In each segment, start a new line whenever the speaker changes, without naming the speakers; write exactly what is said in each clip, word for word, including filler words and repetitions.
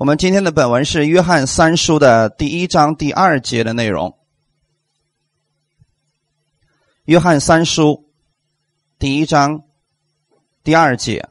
我们今天的本文是约翰三书的第一章第二节的内容。约翰三书第一章第二节，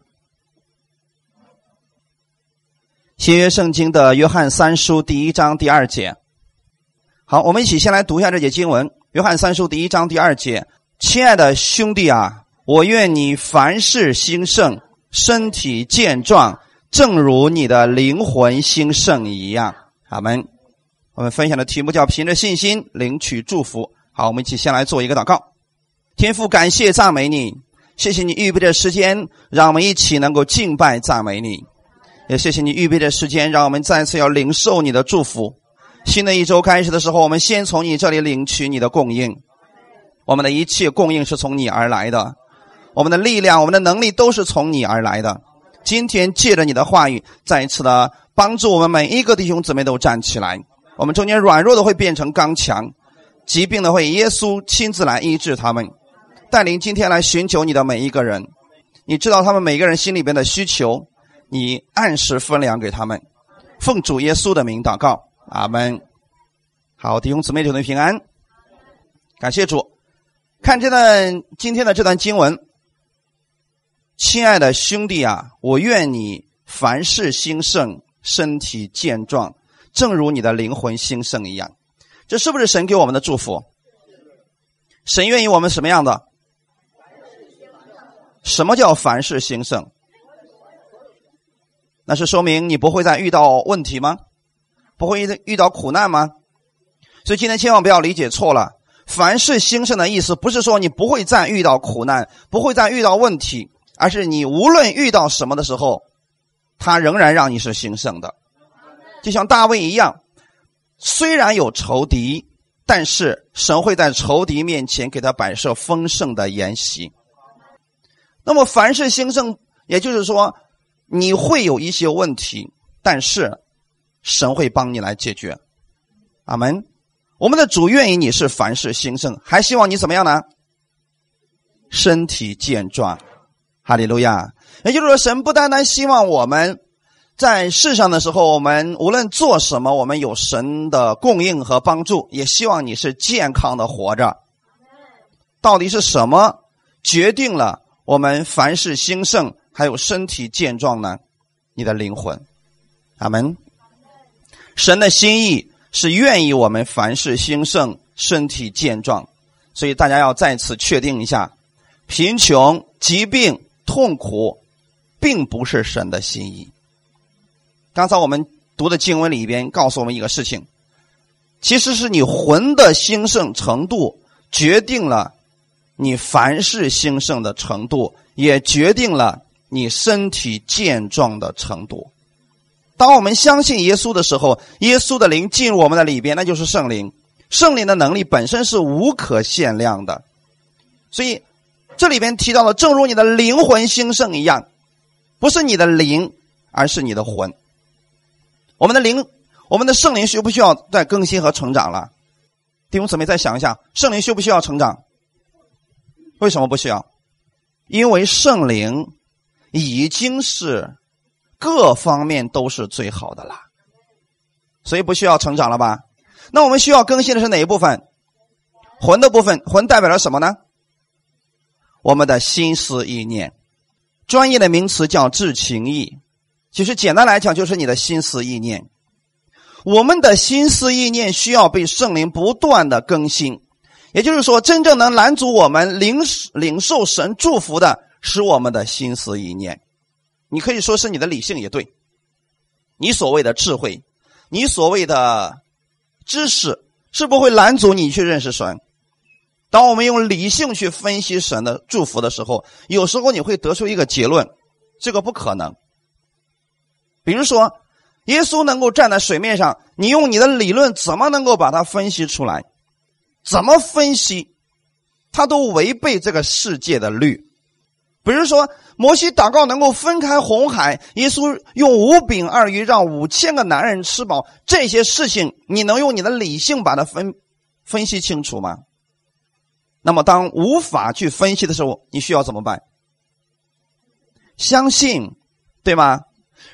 新约圣经的约翰三书第一章第二节。好，我们一起先来读一下这节经文。约翰三书第一章第二节，亲爱的兄弟啊，我愿你凡事兴盛，身体健壮，正如你的灵魂兴盛一样。阿们。我们分享的题目叫凭着信心领取祝福。好，我们一起先来做一个祷告。天父，感谢赞美你，谢谢你预备的时间，让我们一起能够敬拜赞美你，也谢谢你预备的时间，让我们再次要领受你的祝福。新的一周开始的时候，我们先从你这里领取你的供应。我们的一切供应是从你而来的，我们的力量，我们的能力都是从你而来的。今天借着你的话语，再一次的帮助我们每一个弟兄姊妹都站起来，我们中间软弱的会变成刚强，疾病的会耶稣亲自来医治他们。带领今天来寻求你的每一个人，你知道他们每个人心里边的需求，你按时分粮给他们。奉主耶稣的名祷告，阿们。好，弟兄姊妹祝你平安，感谢主。看这段今天的这段经文，亲爱的兄弟啊，我愿你凡事兴盛，身体健壮，正如你的灵魂兴盛一样。这是不是神给我们的祝福？神愿意我们什么样的？什么叫凡事兴盛？那是说明你不会再遇到问题吗？不会遇到苦难吗？所以今天千万不要理解错了，凡事兴盛的意思不是说你不会再遇到苦难，不会再遇到问题，而是你无论遇到什么的时候，他仍然让你是兴盛的。就像大卫一样，虽然有仇敌，但是神会在仇敌面前给他摆设丰盛的筵席。那么凡事兴盛，也就是说你会有一些问题，但是神会帮你来解决。阿们。我们的主愿意你是凡事兴盛，还希望你怎么样呢？身体健壮。哈利路亚。也就是说，神不单单希望我们在世上的时候，我们无论做什么，我们有神的供应和帮助，也希望你是健康的活着。到底是什么决定了我们凡事兴盛还有身体健壮呢？你的灵魂。阿们。神的心意是愿意我们凡事兴盛，身体健壮。所以大家要再次确定一下，贫穷、疾病、痛苦并不是神的心意。刚才我们读的经文里边告诉我们一个事情，其实是你魂的兴盛程度决定了你凡事兴盛的程度，也决定了你身体健壮的程度。当我们相信耶稣的时候，耶稣的灵进入我们的里边，那就是圣灵。圣灵的能力本身是无可限量的。所以这里边提到了正如你的灵魂兴盛一样，不是你的灵，而是你的魂。我们的灵，我们的圣灵需不需要再更新和成长了？弟兄姊妹再想一下，圣灵需不需要成长？为什么不需要？因为圣灵已经是各方面都是最好的了，所以不需要成长了吧？那我们需要更新的是哪一部分？魂的部分。魂代表了什么呢？我们的心思意念。专业的名词叫志情意，其实简单来讲就是你的心思意念。我们的心思意念需要被圣灵不断的更新，也就是说真正能拦阻我们领领受神祝福的是我们的心思意念。你可以说是你的理性也对，你所谓的智慧，你所谓的知识，是不会拦阻你去认识神。当我们用理性去分析神的祝福的时候，有时候你会得出一个结论，这个不可能。比如说耶稣能够站在水面上，你用你的理论怎么能够把它分析出来？怎么分析它都违背这个世界的律。比如说摩西祷告能够分开红海，耶稣用五饼二鱼让五千个男人吃饱，这些事情你能用你的理性把它分分析清楚吗？那么当无法去分析的时候，你需要怎么办？相信，对吗？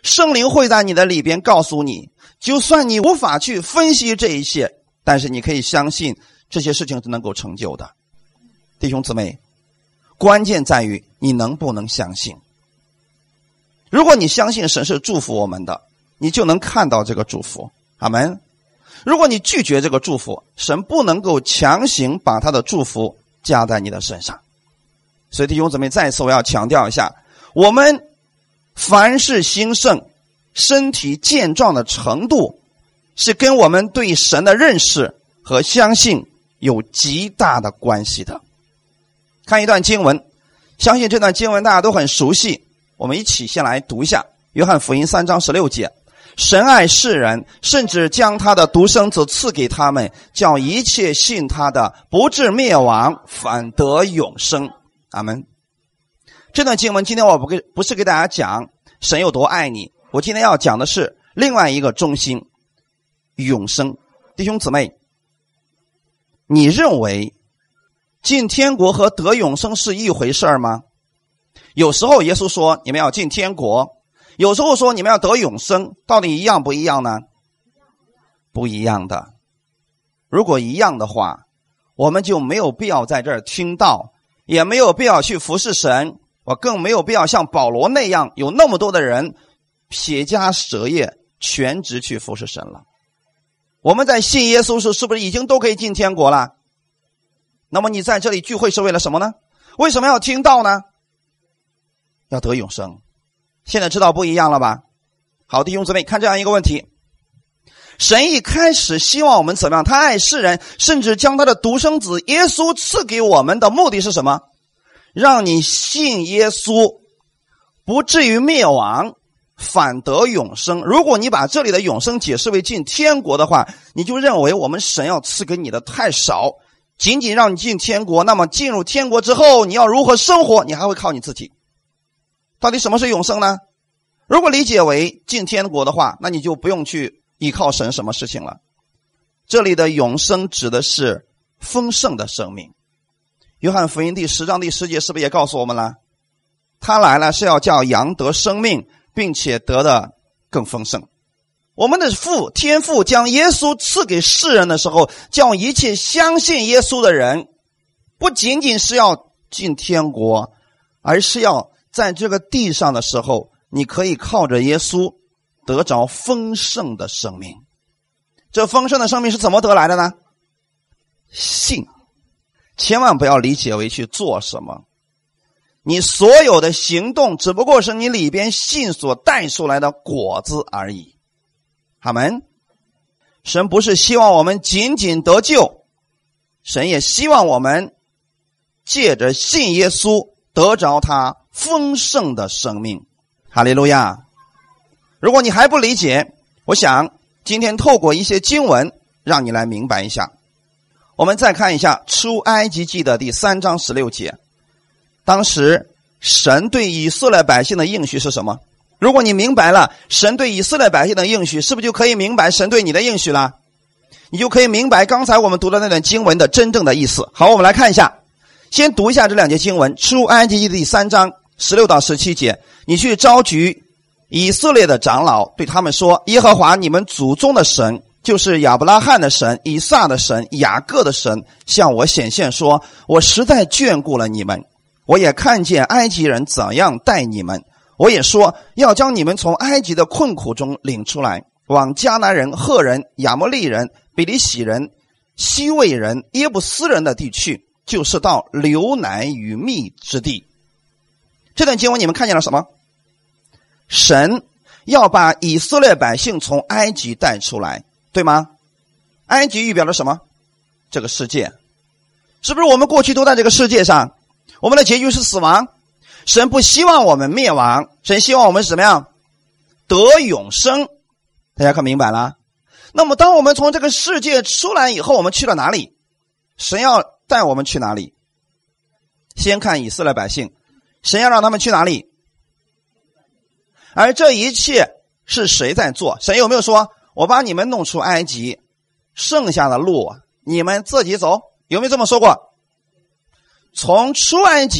圣灵会在你的里边告诉你，就算你无法去分析这一切，但是你可以相信这些事情是能够成就的。弟兄姊妹，关键在于你能不能相信。如果你相信神是祝福我们的，你就能看到这个祝福。阿们。如果你拒绝这个祝福，神不能够强行把他的祝福加在你的身上。所以弟兄姊妹，再次我要强调一下，我们凡事兴盛，身体健壮的程度是跟我们对神的认识和相信有极大的关系的。看一段经文，相信这段经文大家都很熟悉，我们一起先来读一下约翰福音三章十六节。神爱世人，甚至将他的独生子赐给他们，叫一切信他的不至灭亡，反得永生。阿们。这段经文今天我不给不是给大家讲神有多爱你，我今天要讲的是另外一个中心，永生。弟兄姊妹，你认为进天国和得永生是一回事吗？有时候耶稣说你们要进天国，有时候说你们要得永生，到底一样不一样呢？不一样的。如果一样的话，我们就没有必要在这儿听道，也没有必要去服侍神，我更没有必要像保罗那样有那么多的人撇家舍业全职去服侍神了。我们在信耶稣时是不是已经都可以进天国了？那么你在这里聚会是为了什么呢？为什么要听道呢？要得永生。现在知道不一样了吧？好，弟兄姊妹，看这样一个问题，神一开始希望我们怎么样？他爱世人，甚至将他的独生子耶稣赐给我们的目的是什么？让你信耶稣不至于灭亡，反得永生。如果你把这里的永生解释为进天国的话，你就认为我们神要赐给你的太少，仅仅让你进天国，那么进入天国之后你要如何生活，你还会靠你自己。到底什么是永生呢？如果理解为进天国的话，那你就不用去依靠神什么事情了。这里的永生指的是丰盛的生命。约翰福音第十章第十节是不是也告诉我们了？他来了是要叫羊得生命，并且得的更丰盛。我们的父天父将耶稣赐给世人的时候，叫一切相信耶稣的人不仅仅是要进天国，而是要在这个地上的时候，你可以靠着耶稣得着丰盛的生命。这丰盛的生命是怎么得来的呢？信。千万不要理解为去做什么，你所有的行动只不过是你里边信所带出来的果子而已。阿们。神不是希望我们仅仅得救，神也希望我们借着信耶稣得着他丰盛的生命。哈利路亚。如果你还不理解，我想今天透过一些经文让你来明白一下。我们再看一下出埃及记的第三章十六节，当时神对以色列百姓的应许是什么？如果你明白了神对以色列百姓的应许，是不是就可以明白神对你的应许了？你就可以明白刚才我们读的那段经文的真正的意思。好，我们来看一下，先读一下这两节经文，出埃及记第三章十六到十七节。你去召集以色列的长老，对他们说，耶和华你们祖宗的神，就是亚伯拉罕的神，以撒的神，雅各的神，向我显现说，我实在眷顾了你们，我也看见埃及人怎样待你们，我也说要将你们从埃及的困苦中领出来，往迦南人、赫人、亚摩利人、比利洗人、西魏人、耶布斯人的地去，就是到流奶与蜜之地。这段经文你们看见了什么？神要把以色列百姓从埃及带出来，对吗？埃及预表了什么？这个世界。是不是我们过去都在这个世界上？我们的结局是死亡。神不希望我们灭亡，神希望我们怎么样？得永生。大家可明白了？那么当我们从这个世界出来以后，我们去了哪里？神要带我们去哪里？先看以色列百姓，神要让他们去哪里？而这一切是谁在做？神有没有说，我把你们弄出埃及，剩下的路你们自己走？有没有这么说过？从出埃及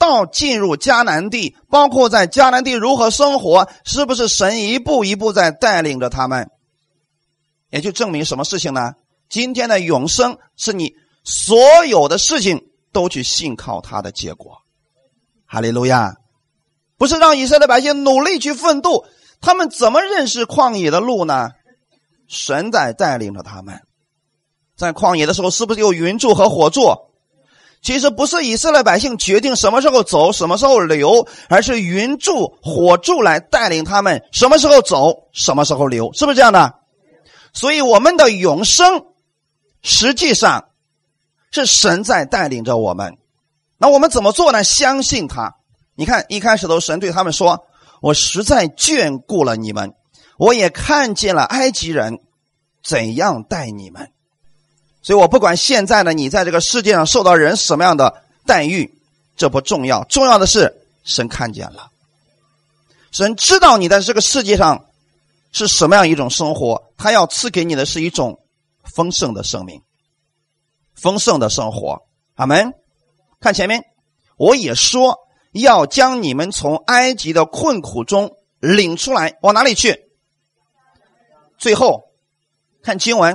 到进入迦南地，包括在迦南地如何生活，是不是神一步一步在带领着他们？也就证明什么事情呢？今天的永生是你所有的事情都去信靠他的结果。哈利路亚！不是让以色列百姓努力去奋斗，他们怎么认识旷野的路呢？神在带领着他们。在旷野的时候，是不是有云柱和火柱？其实不是以色列百姓决定什么时候走，什么时候留，而是云柱、火柱来带领他们什么时候走，什么时候留，是不是这样的？所以我们的永生实际上是神在带领着我们。那我们怎么做呢？相信他。你看一开始的神对他们说，我实在眷顾了你们，我也看见了埃及人怎样待你们。所以我不管现在呢，你在这个世界上受到人什么样的待遇，这不重要，重要的是神看见了，神知道你在这个世界上是什么样一种生活，他要赐给你的是一种丰盛的生命，丰盛的生活。阿们。看前面，我也说要将你们从埃及的困苦中领出来，往哪里去？最后看经文，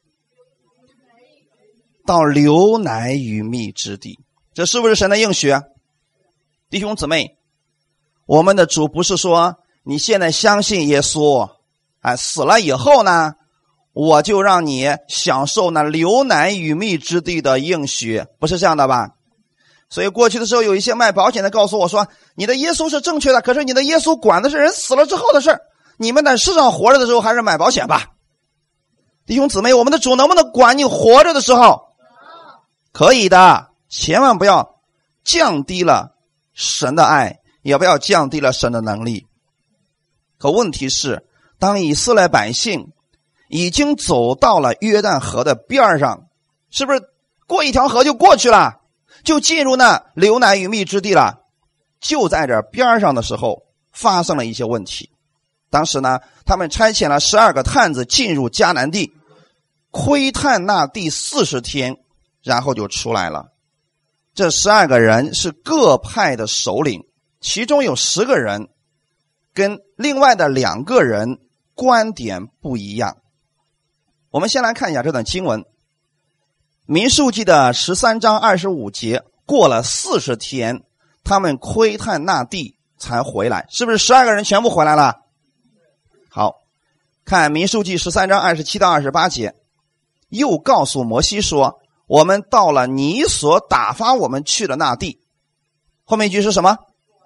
到流奶与蜜之地。这是不是神的应许？弟兄姊妹，我们的主不是说你现在相信耶稣，哎，死了以后呢，我就让你享受那流奶与蜜之地的应许，不是这样的吧？所以过去的时候，有一些卖保险的告诉我说，你的耶稣是正确的，可是你的耶稣管的是人死了之后的事，你们在世上活着的时候还是买保险吧。弟兄姊妹，我们的主能不能管你活着的时候？可以的，千万不要降低了神的爱，也不要降低了神的能力。可问题是，当以色列百姓已经走到了约旦河的边上，是不是过一条河就过去了，就进入那流奶与蜜之地了？就在这边上的时候发生了一些问题。当时呢，他们差遣了十二个探子进入迦南地，窥探那地四十天，然后就出来了。这十二个人是各派的首领，其中有十个人跟另外的两个人观点不一样。我们先来看一下这段经文，民数记的十三章二十五节，过了四十天，他们窥探那地才回来，是不是十二个人全部回来了？好，看民数记十三章二十七到二十八节，又告诉摩西说，我们到了你所打发我们去的那地。后面一句是什么？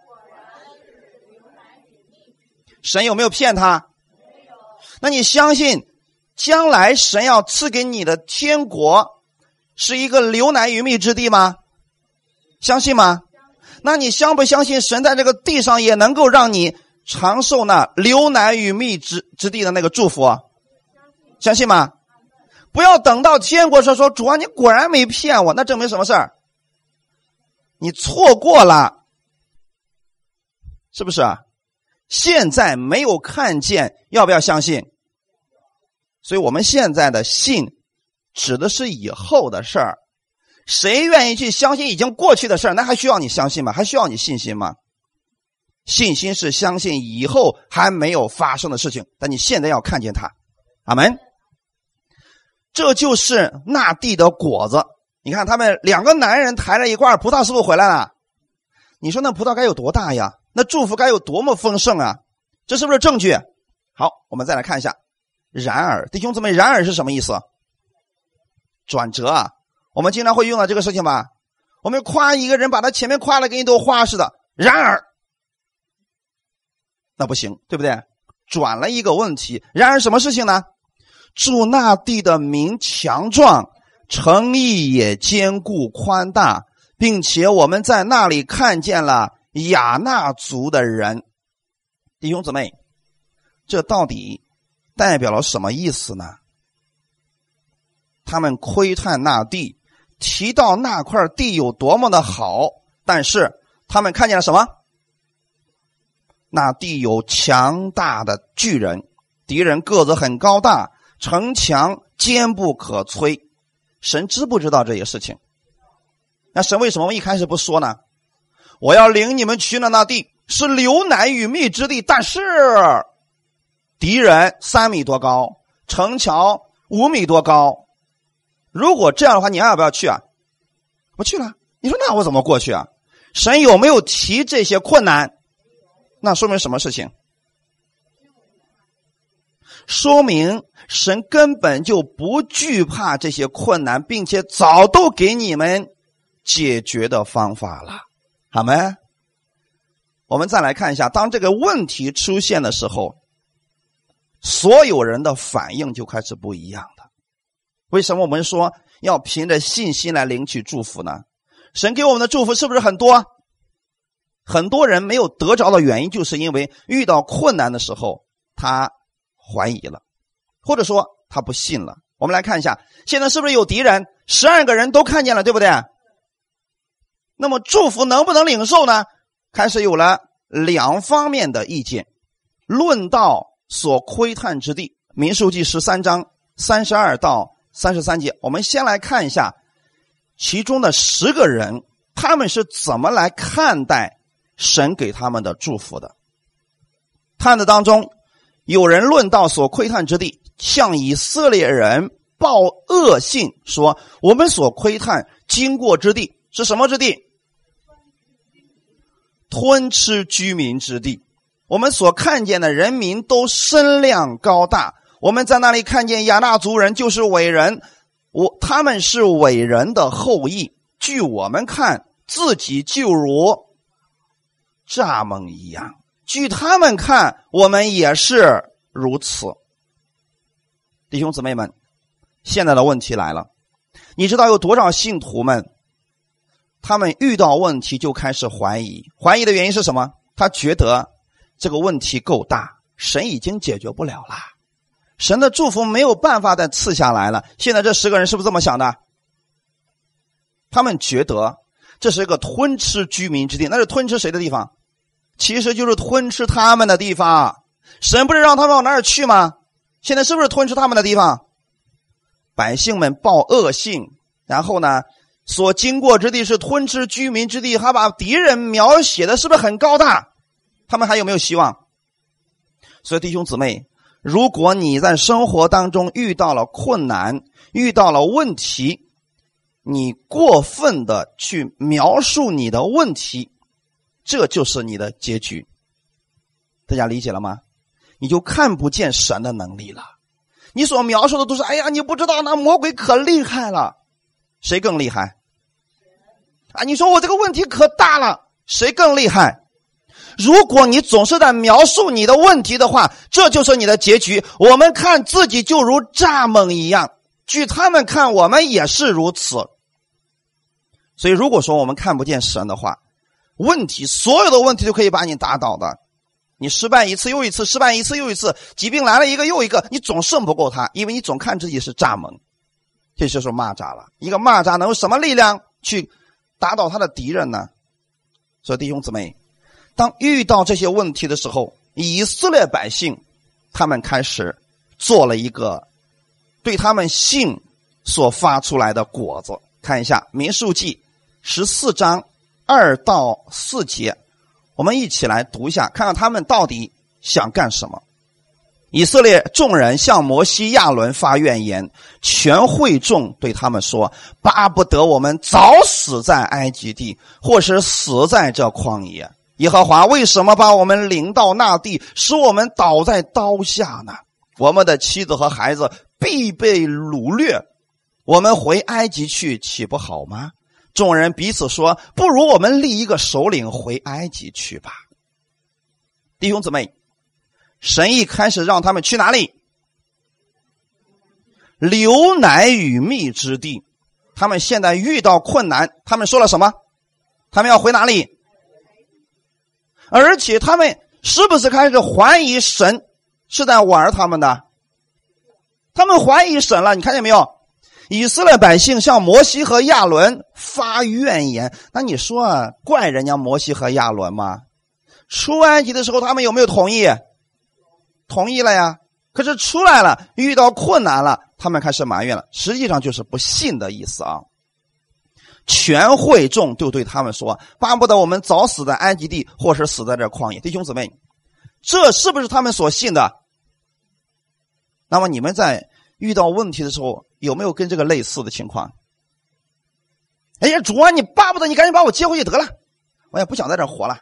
神有没有骗他？那你相信将来神要赐给你的天国是一个流奶与蜜之地吗？相信吗？那你相不相信神在这个地上也能够让你尝受那流奶与蜜之之地的那个祝福？相信吗？不要等到天国说说主啊，你果然没骗我，那证明什么事儿？你错过了，是不是？现在没有看见，要不要相信？所以我们现在的信指的是以后的事儿。谁愿意去相信已经过去的事儿？那还需要你相信吗？还需要你信心吗？信心是相信以后还没有发生的事情，但你现在要看见它。阿们。这就是那地的果子。你看他们两个男人抬着一罐葡萄，是不是回来了？你说那葡萄该有多大呀？那祝福该有多么丰盛啊？这是不是证据？好，我们再来看一下。然而，弟兄姊妹，然而是什么意思？转折啊！我们经常会用到这个事情吧？我们夸一个人，把他前面夸了跟一朵花似的。然而，那不行，对不对？转了一个问题。然而什么事情呢？住那地的民强壮，城邑也坚固宽大，并且我们在那里看见了亚纳族的人。弟兄姊妹，这到底代表了什么意思呢？他们窥探那地，提到那块地有多么的好，但是他们看见了什么？那地有强大的巨人，敌人个子很高大，城墙坚不可摧。神知不知道这些事情？那神为什么一开始不说呢？ 我要领你们去的那地是流奶与蜜之地，但是敌人三米多高，城墙五米多高。如果这样的话，你要不要去啊？不去了。你说那我怎么过去啊？神有没有提这些困难？那说明什么事情？说明神根本就不惧怕这些困难，并且早都给你们解决的方法了。好没？我们再来看一下，当这个问题出现的时候，所有人的反应就开始不一样的。为什么我们说要凭着信心来领取祝福呢？神给我们的祝福是不是很多？很多人没有得着的原因，就是因为遇到困难的时候他怀疑了，或者说他不信了。我们来看一下，现在是不是有敌人？十二个人都看见了，对不对？那么祝福能不能领受呢？开始有了两方面的意见。论到所窥探之地，民数记十三章三十二到三十三节，我们先来看一下其中的十个人，他们是怎么来看待神给他们的祝福的。探的当中，有人论到所窥探之地，向以色列人报恶信，说我们所窥探经过之地是什么之地？吞吃居民之地。我们所看见的人民都身量高大，我们在那里看见亚纳族人就是伟人，我他们是伟人的后裔，据我们看自己就如蚱蜢一样，据他们看我们也是如此。弟兄姊妹们，现在的问题来了，你知道有多少信徒们他们遇到问题就开始怀疑，怀疑的原因是什么？他觉得这个问题够大，神已经解决不了了，神的祝福没有办法再赐下来了。现在这十个人是不是这么想的？他们觉得这是一个吞吃居民之地，那是吞吃谁的地方？其实就是吞吃他们的地方。神不是让他们往哪儿去吗？现在是不是吞吃他们的地方？百姓们报恶信，然后呢所经过之地是吞吃居民之地，还把敌人描写的是不是很高大？他们还有没有希望？所以弟兄姊妹，如果你在生活当中遇到了困难，遇到了问题，你过分的去描述你的问题，这就是你的结局。大家理解了吗？你就看不见神的能力了。你所描述的都是，哎呀，你不知道那魔鬼可厉害了。谁更厉害？啊，你说我这个问题可大了，谁更厉害？如果你总是在描述你的问题的话，这就是你的结局。我们看自己就如蚱蜢一样，据他们看我们也是如此。所以如果说我们看不见神的话，问题所有的问题都可以把你打倒的。你失败一次又一次，失败一次又一次，疾病来了一个又一个，你总胜不过他，因为你总看自己是蚱蜢。这就是蚂蚱了。一个蚂蚱能有什么力量去打倒他的敌人呢？所以弟兄姊妹，当遇到这些问题的时候，以色列百姓他们开始做了一个对他们信所发出来的果子。看一下民数记十四章二到四节，我们一起来读一下，看看他们到底想干什么。以色列众人向摩西亚伦发怨言，全会众对他们说，巴不得我们早死在埃及地，或是死在这旷野。耶和华为什么把我们领到那地，使我们倒在刀下呢？我们的妻子和孩子必被掳掠，我们回埃及去岂不好吗？众人彼此说，不如我们立一个首领回埃及去吧。弟兄姊妹，神一开始让他们去哪里？流奶与蜜之地。他们现在遇到困难，他们说了什么？他们要回哪里？而且他们是不是开始怀疑神是在玩他们的？他们怀疑神了，你看见没有？以色列百姓向摩西和亚伦发怨言，那你说啊，怪人家摩西和亚伦吗？出埃及的时候他们有没有同意？同意了呀。可是出来了，遇到困难了，他们开始埋怨了，实际上就是不信的意思啊。 全会众就对他们说，巴不得我们早死在埃及地，或是死在这旷野。弟兄姊妹，这是不是他们所信的？那么你们在遇到问题的时候，有没有跟这个类似的情况？哎呀，主啊，你巴不得你赶紧把我接回去得了，我也不想在这活了，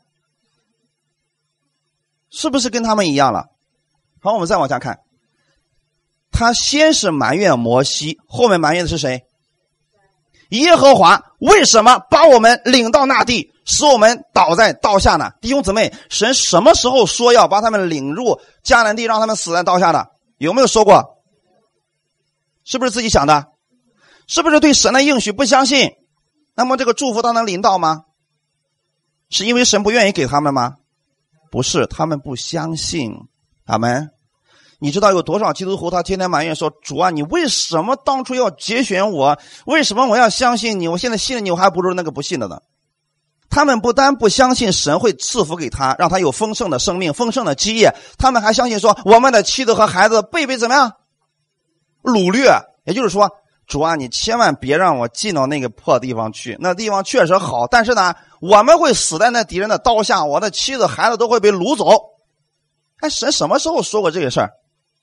是不是跟他们一样了？好，我们再往下看，他先是埋怨摩西，后面埋怨的是谁？耶和华为什么把我们领到那地，使我们倒在刀下呢？弟兄姊妹，神什么时候说要把他们领入迦南地，让他们死在刀下的？有没有说过？是不是自己想的？是不是对神的应许不相信？那么这个祝福他能临到吗？是因为神不愿意给他们吗？不是，他们不相信。阿们。你知道有多少基督徒他天天埋怨说，主啊，你为什么当初要节选我？为什么我要相信你？我现在信了你，我还不如那个不信的呢。他们不单不相信神会赐福给他，让他有丰盛的生命、丰盛的基业，他们还相信说我们的妻子和孩子被被怎么样掳掠。也就是说，主啊，你千万别让我进到那个破地方去，那地方确实好，但是呢，我们会死在那敌人的刀下，我的妻子孩子都会被掳走。哎，神什么时候说过这个事儿？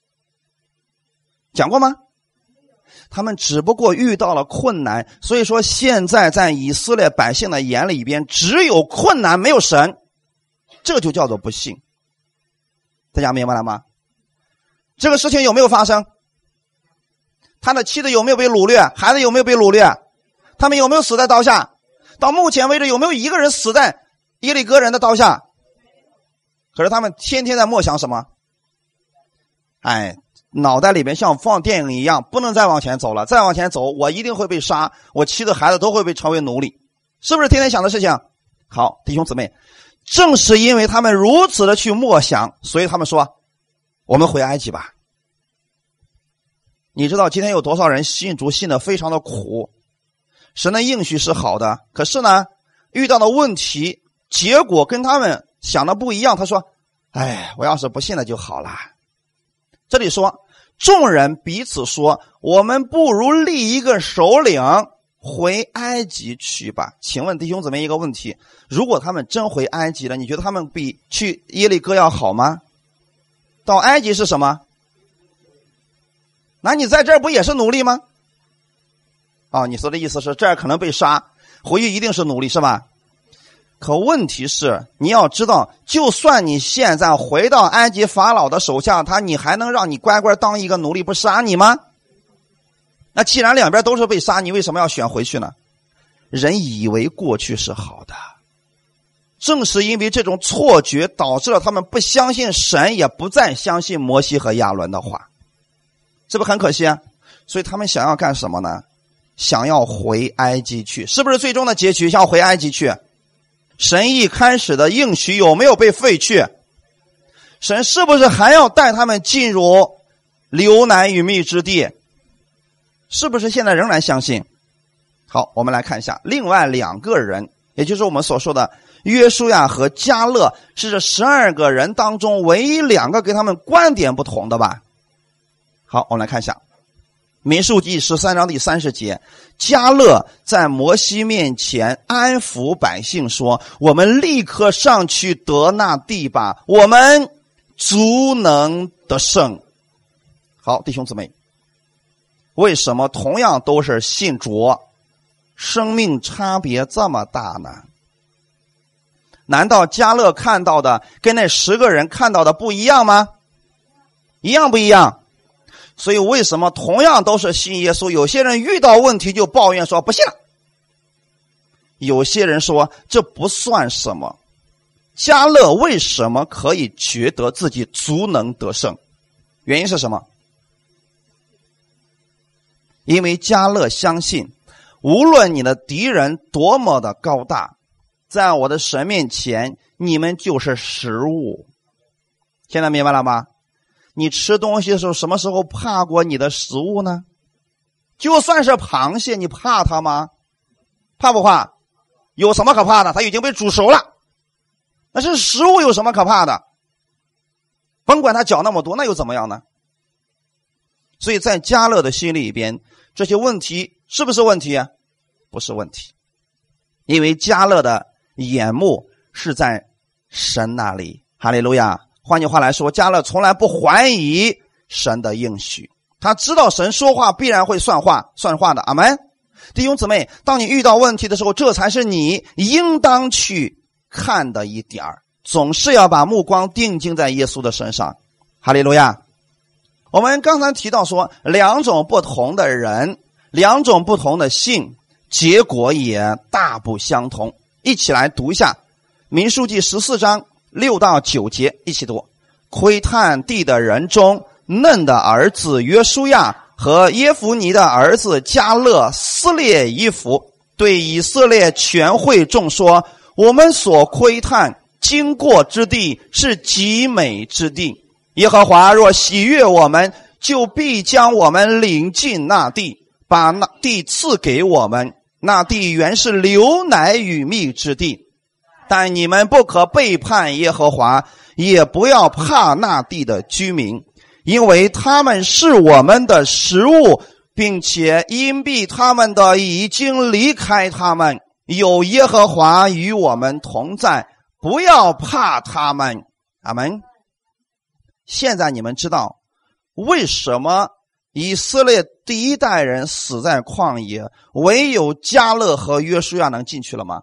讲过吗？他们只不过遇到了困难，所以说现在在以色列百姓的眼里边，只有困难没有神，这就叫做不信。大家明白了吗？这个事情有没有发生？他的妻子有没有被掳掠？孩子有没有被掳掠？他们有没有死在刀下？到目前为止有没有一个人死在耶利哥人的刀下？可是他们天天在默想什么？哎，脑袋里面像放电影一样，不能再往前走了，再往前走我一定会被杀，我妻子孩子都会被成为奴隶，是不是天天想的事情？好，弟兄姊妹，正是因为他们如此的去默想，所以他们说我们回埃及吧。你知道今天有多少人信主信得非常的苦，神的应许是好的，可是呢遇到的问题结果跟他们想的不一样，他说哎，我要是不信了就好了。这里说众人彼此说，我们不如立一个首领回埃及去吧。请问弟兄姊妹一个问题，如果他们真回埃及了，你觉得他们比去耶利哥要好吗？到埃及是什么？那你在这儿不也是奴隶吗？啊，你说的意思是这儿可能被杀，回去一定是奴隶是吧？可问题是你要知道，就算你现在回到埃及法老的手下，他你还能让你乖乖当一个奴隶不杀你吗？那既然两边都是被杀，你为什么要选回去呢？人以为过去是好的，正是因为这种错觉导致了他们不相信神，也不再相信摩西和亚伦的话，是不是很可惜啊？所以他们想要干什么呢？想要回埃及去，是不是最终的结局想要回埃及去？神一开始的应许有没有被废去？神是不是还要带他们进入流奶与蜜之地？是不是现在仍然相信？好，我们来看一下另外两个人，也就是我们所说的约书亚和迦勒，是这十二个人当中唯一两个跟他们观点不同的吧。好，我们来看一下民数记十三章第三十节，迦勒在摩西面前安抚百姓说，我们立刻上去得那地吧，我们足能得胜。好，弟兄姊妹，为什么同样都是信主，生命差别这么大呢？难道迦勒看到的跟那十个人看到的不一样吗？一样不一样？所以为什么同样都是信耶稣，有些人遇到问题就抱怨说不信了，有些人说这不算什么。迦勒为什么可以觉得自己足能得胜？原因是什么？因为迦勒相信，无论你的敌人多么的高大，在我的神面前你们就是食物。现在明白了吗？你吃东西的时候什么时候怕过你的食物呢？就算是螃蟹，你怕它吗？怕不怕？有什么可怕的？它已经被煮熟了，那是食物，有什么可怕的？甭管它脚那么多，那又怎么样呢？所以在迦勒的心里边，这些问题是不是问题？ 不是问题，因为迦勒的眼目是在神那里。哈利路亚！换句话来说，迦勒从来不怀疑神的应许，他知道神说话必然会算话算话的。阿们。弟兄姊妹，当你遇到问题的时候，这才是你应当去看的一点儿，总是要把目光定睛在耶稣的身上。哈利路亚！我们刚才提到说，两种不同的人，两种不同的信，结果也大不相同。一起来读一下民数记十四章六到九节，一起读。窥探地的人中，嫩的儿子约书亚和耶孚尼的儿子迦勒撕裂衣服，对以色列全会众说：我们所窥探经过之地是极美之地，耶和华若喜悦我们，就必将我们领进那地，把那地赐给我们。那地原是流奶与蜜之地，但你们不可背叛耶和华，也不要怕那地的居民，因为他们是我们的食物，并且因避他们的已经离开他们，有耶和华与我们同在，不要怕他们。阿们。现在你们知道为什么以色列第一代人死在旷野，唯有迦勒和约书亚能进去了吗？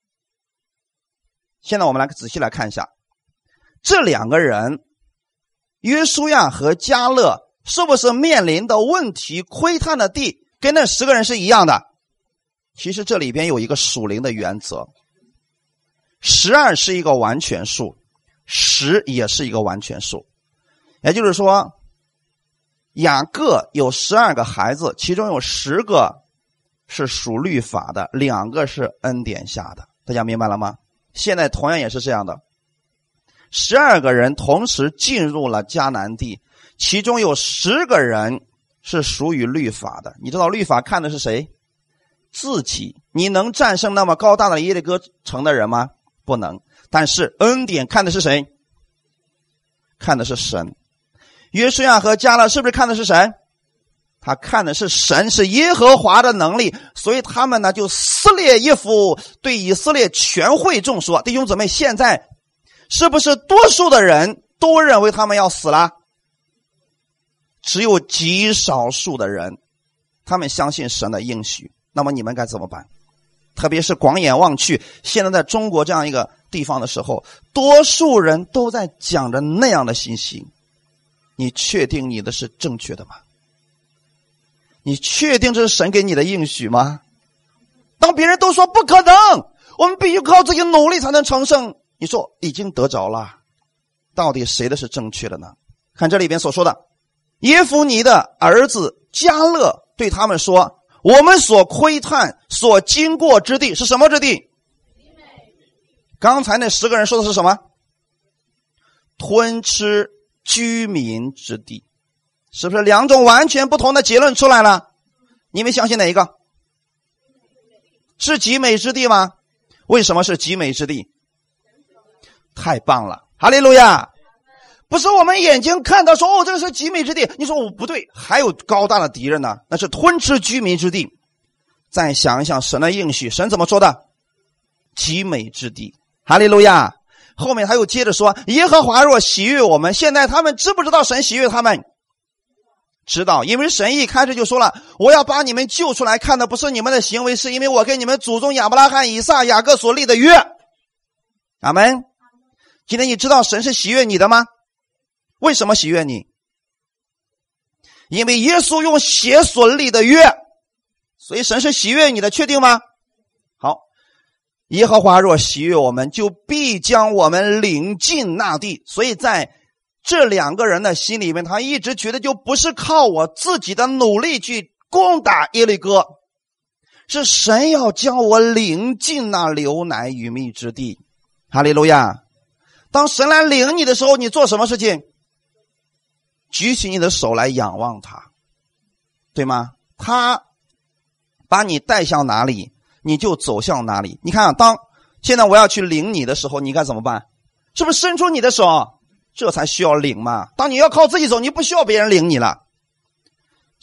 现在我们来仔细来看一下，这两个人约书亚和迦勒是不是面临的问题，窥探的地跟那十个人是一样的？其实这里边有一个属灵的原则，十二是一个完全数，十也是一个完全数。也就是说，雅各有十二个孩子，其中有十个是属律法的，两个是恩典下的。大家明白了吗？现在同样也是这样的，十二个人同时进入了迦南地，其中有十个人是属于律法的。你知道律法看的是谁？自己。你能战胜那么高大的耶利哥城的人吗？不能。但是恩典看的是谁？看的是神。约书亚和迦勒是不是看的是神？他看的是神，是耶和华的能力，所以他们呢就撕裂衣服，对以色列全会众说。弟兄姊妹，现在是不是多数的人都认为他们要死了？只有极少数的人他们相信神的应许。那么你们该怎么办？特别是广眼望去，现在在中国这样一个地方的时候，多数人都在讲着那样的信息。你确定你的是正确的吗？你确定这是神给你的应许吗？当别人都说不可能，我们必须靠自己努力才能成圣，你说已经得着了，到底谁的是正确的呢？看这里边所说的，耶孚尼的儿子迦勒对他们说：我们所窥探所经过之地是什么之地？刚才那十个人说的是什么？吞吃居民之地。是不是两种完全不同的结论出来了？你们相信哪一个？是极美之地吗？为什么是极美之地？太棒了，哈利路亚！不是我们眼睛看到说哦，这个是极美之地，你说我、哦、不对，还有高大的敌人呢，那是吞吃居民之地。再想一想神的应许，神怎么说的？极美之地，哈利路亚！后面他又接着说，耶和华若喜悦我们，现在他们知不知道神喜悦他们？知道，因为神一开始就说了，我要把你们救出来，看的不是你们的行为，是因为我跟你们祖宗亚伯拉罕、以撒、雅各所立的约。阿们。今天你知道神是喜悦你的吗？为什么喜悦你？因为耶稣用血所立的约，所以神是喜悦你的，确定吗？好，耶和华若喜悦我们，就必将我们领进那地。所以在这两个人的心里面，他一直觉得就不是靠我自己的努力去攻打耶利哥，是神要将我领进那流奶与蜜之地。哈利路亚！当神来领你的时候，你做什么事情？举起你的手来仰望他，对吗？他把你带向哪里，你就走向哪里。你看啊，当现在我要去领你的时候，你该怎么办？是不是伸出你的手？这才需要领嘛。当你要靠自己走，你不需要别人领你了。所以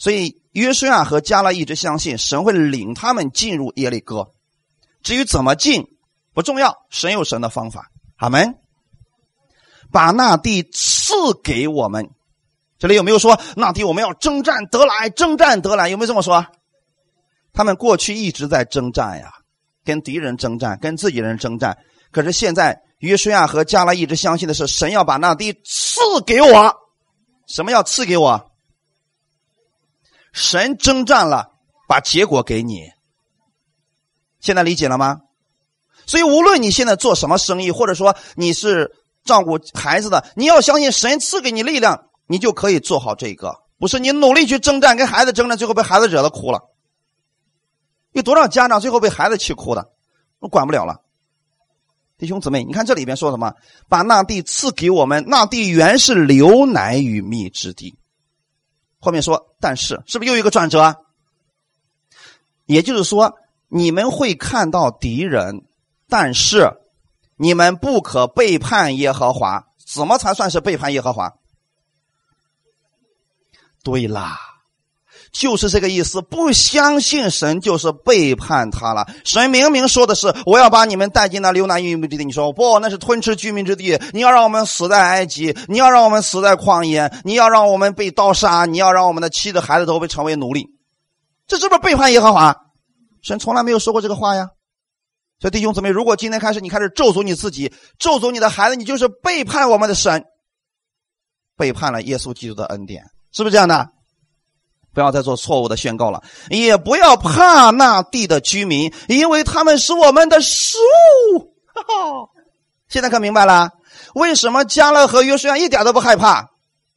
约书亚和迦勒一直相信神会领他们进入耶利哥，至于怎么进不重要，神有神的方法。阿们。把那地赐给我们，这里有没有说那地我们要征战得来，征战得来？有没有这么说？他们过去一直在征战呀，跟敌人征战，跟自己人征战。可是现在约书亚和迦勒一直相信的是神要把那地赐给我。什么要赐给我？神征战了，把结果给你。现在理解了吗？所以无论你现在做什么生意，或者说你是照顾孩子的，你要相信神赐给你力量，你就可以做好这个。不是你努力去征战，跟孩子征战，最后被孩子惹得哭了。有多少家长最后被孩子气哭的？我管不了了。弟兄姊妹，你看这里边说什么？把那地赐给我们，那地原是流奶与蜜之地。后面说但是，是不是又一个转折啊？也就是说你们会看到敌人，但是你们不可背叛耶和华。怎么才算是背叛耶和华？对啦，就是这个意思。不相信神就是背叛他了。神明明说的是我要把你们带进那流奶与蜜之地，你说不，那是吞吃居民之地，你要让我们死在埃及，你要让我们死在旷野，你要让我们被刀杀，你要让我们的妻子孩子都被成为奴隶，这是不是背叛耶和华？神从来没有说过这个话呀。所以弟兄姊妹，如果今天开始你开始咒诅你自己，咒诅你的孩子，你就是背叛我们的神，背叛了耶稣基督的恩典，是不是这样的？不要再做错误的宣告了，也不要怕那地的居民，因为他们是我们的食物。现在可明白了为什么迦勒和约书亚一点都不害怕？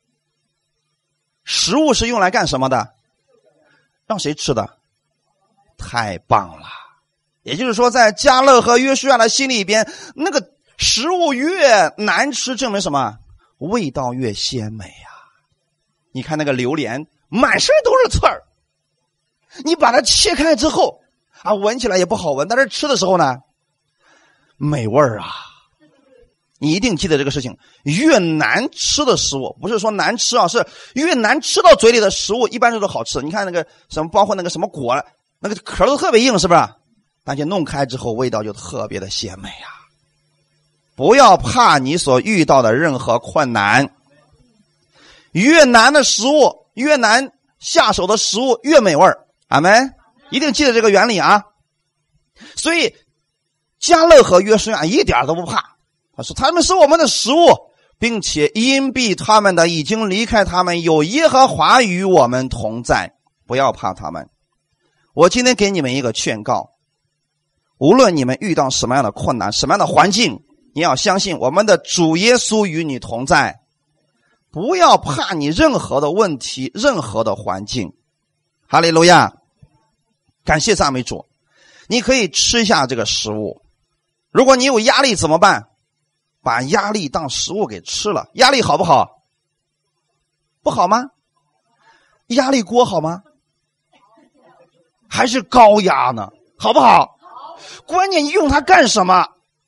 食物是用来干什么的？让谁吃的？太棒了。也就是说在迦勒和约书亚的心里边，那个食物越难吃，证明什么？味道越鲜美啊！你看那个榴莲满身都是刺儿，你把它切开之后啊，闻起来也不好闻，但是吃的时候呢，美味儿啊！你一定记得这个事情，越难吃的食物，不是说难吃啊，是越难吃到嘴里的食物一般都是好吃。你看那个什么，包括那个什么果，那个壳都特别硬，是不是？但是弄开之后味道就特别的鲜美啊！不要怕你所遇到的任何困难，越难的食物，越难下手的食物越美味。阿们，一定记得这个原理啊！所以迦勒和约书亚一点都不怕，他说他们是我们的食物，并且因避他们的已经离开他们，有耶和华与我们同在，不要怕他们。我今天给你们一个劝告，无论你们遇到什么样的困难，什么样的环境，你要相信我们的主耶稣与你同在，不要怕你任何的问题，任何的环境。哈利路亚，感谢赞美主。你可以吃下这个食物，如果你有压力怎么办？把压力当食物给吃了。压力好不好？不好吗？压力锅好吗？还是高压呢？好不好？关键你用它干什么？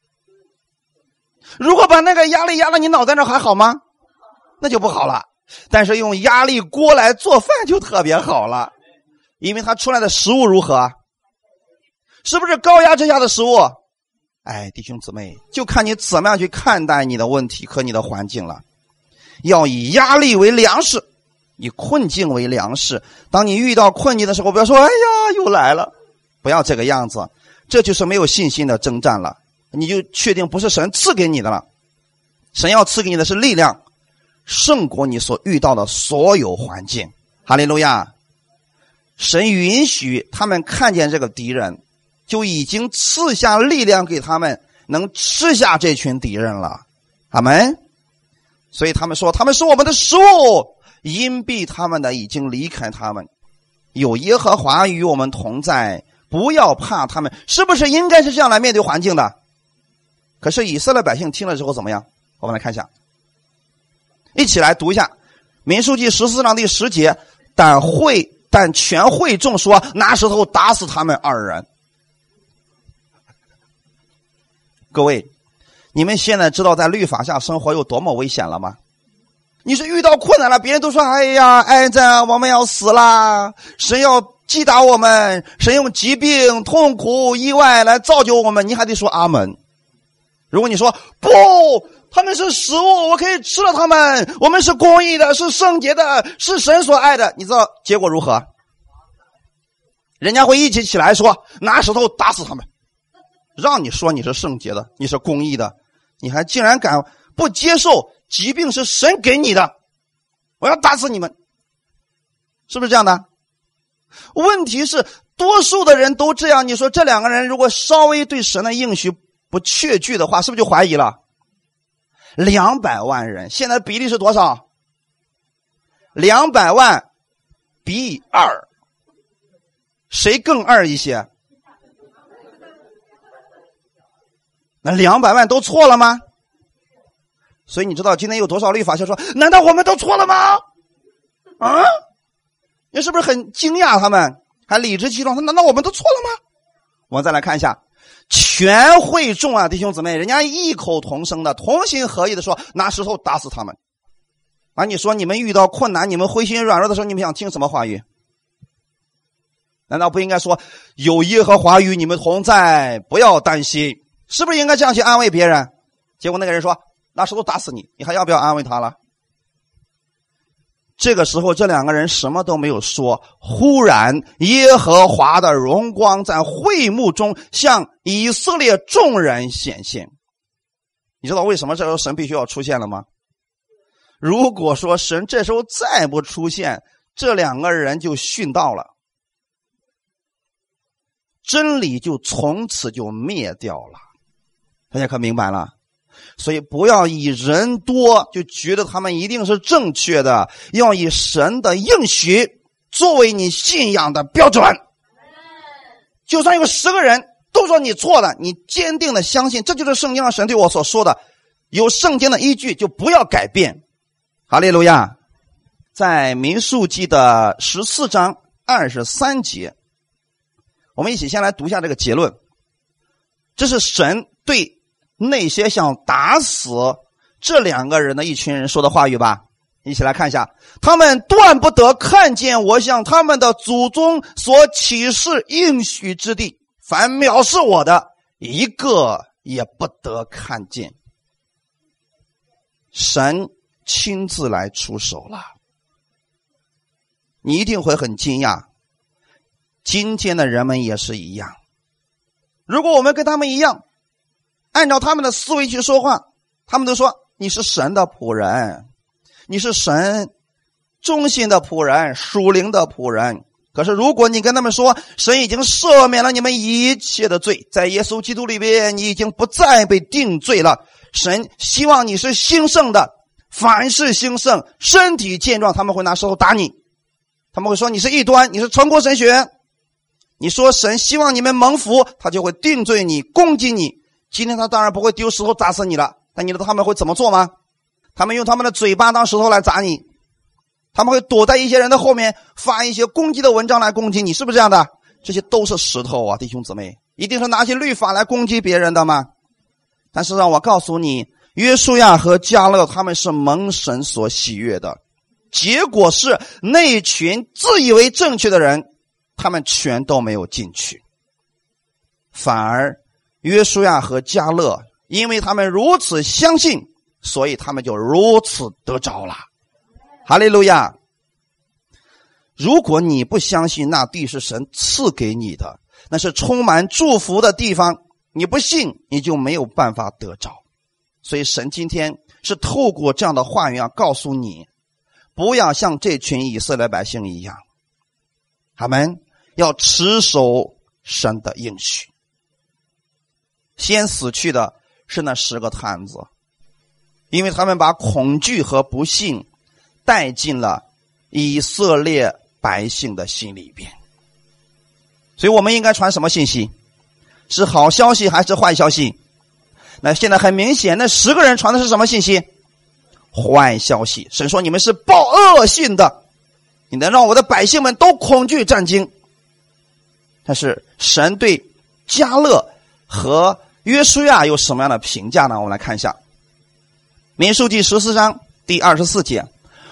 如果把那个压力压到你脑袋上还好吗？那就不好了。但是用压力锅来做饭就特别好了，因为它出来的食物如何？是不是高压之下的食物？哎，弟兄姊妹，就看你怎么样去看待你的问题和你的环境了。要以压力为粮食，以困境为粮食。当你遇到困境的时候，不要说哎呀又来了，不要这个样子，这就是没有信心的征战了。你就确定不是神赐给你的了。神要赐给你的是力量，胜过你所遇到的所有环境。哈利路亚！神允许他们看见这个敌人，就已经赐下力量给他们，能吃下这群敌人了。阿们。所以他们说他们是我们的食物，因避他们的已经离开他们，有耶和华与我们同在，不要怕他们。是不是应该是这样来面对环境的？可是以色列百姓听了之后怎么样？我们来看一下，一起来读一下民数记十四章第十节。但会但全会众说，拿石头打死他们二人。各位，你们现在知道在律法下生活有多么危险了吗？ 你是遇到困难了，别人都说哎呀癌症我们要死啦，神要击打我们，神用疾病痛苦意外来造就我们，你还得说阿门。如果你说不，他们是食物，我可以吃了他们，我们是公义的，是圣洁的，是神所爱的，你知道结果如何？人家会一起起来说拿石头打死他们。让你说你是圣洁的，你是公义的，你还竟然敢不接受疾病是神给你的，我要打死你们，是不是这样的？问题是多数的人都这样，你说这两个人如果稍微对神的应许不确据的话，是不是就怀疑了？两百万人现在比例是多少？两百万比二，谁更二一些？那两百万都错了吗？所以你知道今天有多少律法学说难道我们都错了吗？啊，你是不是很惊讶？他们还理直气壮，难道我们都错了吗？我们再来看一下全会众啊，弟兄姊妹，人家异口同声的同心合意的说拿石头打死他们。啊，你说你们遇到困难，你们灰心软弱的时候，你们想听什么话语？难道不应该说有耶和华与你们同在，不要担心？是不是应该这样去安慰别人？结果那个人说拿石头打死你，你还要不要安慰他了？这个时候这两个人什么都没有说，忽然耶和华的荣光在会幕中向以色列众人显现。你知道为什么这时候神必须要出现了吗？如果说神这时候再不出现，这两个人就殉道了，真理就从此就灭掉了。大家可明白了？所以不要以人多就觉得他们一定是正确的，要以神的应许作为你信仰的标准。就算有十个人都说你错了，你坚定的相信这就是圣经上神对我所说的，有圣经的依据就不要改变。哈利路亚。在民数记的十四章二十三节，我们一起先来读一下这个结论。这是神对那些想打死这两个人的一群人说的话语吧。一起来看一下，他们断不得看见我向他们的祖宗所启示应许之地，凡藐视我的一个也不得看见。神亲自来出手了。你一定会很惊讶，今天的人们也是一样。如果我们跟他们一样，按照他们的思维去说话，他们都说你是神的仆人，你是神忠心的仆人，属灵的仆人。可是如果你跟他们说神已经赦免了你们一切的罪，在耶稣基督里边你已经不再被定罪了，神希望你是兴盛的，凡事兴盛，身体健壮，他们会拿石头打你，他们会说你是异端，你是成果神学。你说神希望你们蒙福，他就会定罪你，攻击你。今天他当然不会丢石头砸死你了，但你知道他们会怎么做吗？他们用他们的嘴巴当石头来砸你，他们会躲在一些人的后面发一些攻击的文章来攻击你，是不是这样的？这些都是石头啊，弟兄姊妹，一定是拿起律法来攻击别人的吗？但是让我告诉你，约书亚和迦勒他们是蒙神所喜悦的，结果是那群自以为正确的人他们全都没有进去，反而约书亚和迦勒因为他们如此相信，所以他们就如此得着了。哈利路亚。如果你不相信那地是神赐给你的，那是充满祝福的地方，你不信你就没有办法得着。所以神今天是透过这样的话语要告诉你，不要像这群以色列百姓一样，他们要持守神的应许。先死去的是那十个探子，因为他们把恐惧和不信带进了以色列百姓的心里边。所以我们应该传什么信息？是好消息还是坏消息？那现在很明显，那十个人传的是什么信息？坏消息。神说你们是报恶信的，你能让我的百姓们都恐惧战惊。但是神对迦勒和约书亚有什么样的评价呢？我们来看一下民数记十四章第二十四节，